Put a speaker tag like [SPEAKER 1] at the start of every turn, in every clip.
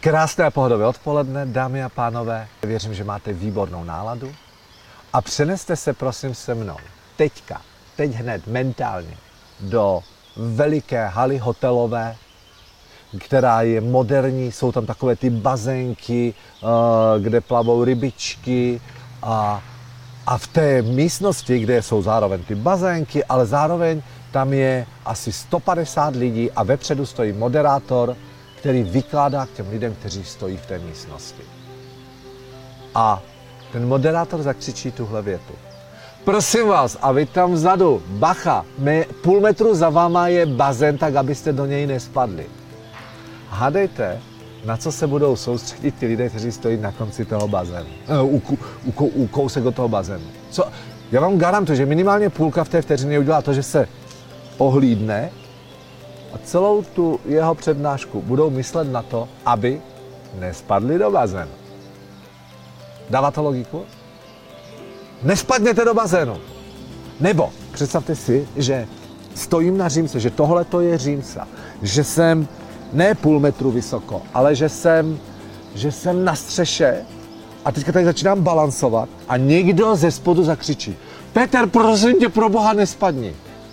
[SPEAKER 1] Krásné a pohodové odpoledne, dámy a pánové. Věřím, že máte výbornou náladu. A přeneste se prosím se mnou teď hned mentálně do veliké haly hotelové, která je moderní, jsou tam takové ty bazénky, kde plavou rybičky a v té místnosti, kde jsou zároveň ty bazénky, ale zároveň tam je asi 150 lidí a vepředu stojí moderátor, který vykládá k těm lidem, kteří stojí v té místnosti. A ten moderátor zakřičí tuhle větu. Prosím vás, a vy tam vzadu, bacha, půl metru za váma je bazén, tak abyste do něj nespadli. Hádejte, na co se budou soustředit ti lidé, kteří stojí na konci toho bazénu, u kousek od toho bazénu. Já vám garantuji, že minimálně půlka v té vteřině udělá to, že se ohlídne a celou tu jeho přednášku budou myslet na to, aby nespadli do bazénu. Dává to logiku? Nespadněte do bazénu. Nebo představte si, že stojím na římse, že tohle to je římsa, že jsem ne půl metru vysoko, ale že jsem na střeše a teďka tady začínám balancovat a někdo ze spodu zakřičí. Petr, prosím tě, pro Boha, nespadni.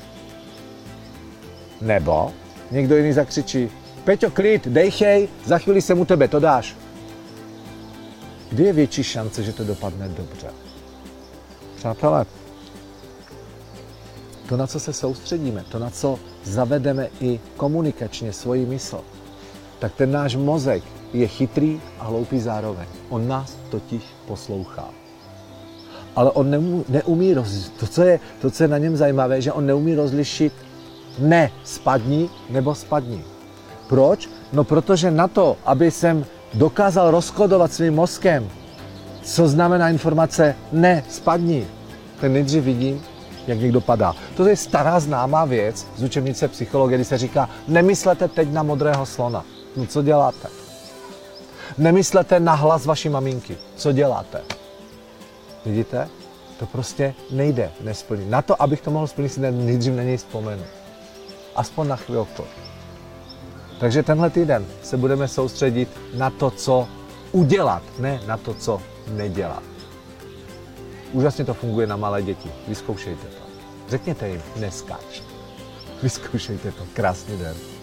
[SPEAKER 1] Nebo někdo jiný zakřičí. Peťo, klid, dejchej, za chvíli jsem u tebe, to dáš. Kdy je větší šance, že to dopadne dobře? Přátelé, to, na co se soustředíme, to, na co zavedeme i komunikačně svoji mysl, tak ten náš mozek je chytrý a hloupý zároveň. On nás totiž poslouchá. Ale on neumí to, co je na něm zajímavé, že on neumí rozlišit ne spadni nebo spadni. Proč? No protože na to, aby jsem dokázal rozkodovat svým mozkem, co znamená informace ne spadni, tak nejdřív vidím, jak někdo padá. To je stará známá věc z učebnice psychologie, kdy se říká, nemyslete teď na modrého slona. No co děláte? Nemyslete na hlas vaší maminky. Co děláte? Vidíte? To prostě nejde nesplnit. Na to, abych to mohl splnit, si nejdřív na něj vzpomenu. Aspoň na chvilku. Takže tenhle týden se budeme soustředit na to, co udělat, ne na to, co nedělat. Úžasně to funguje na malé děti. Vyzkoušejte to. Řekněte jim, neskáč. Vyzkoušejte to. Krásný den.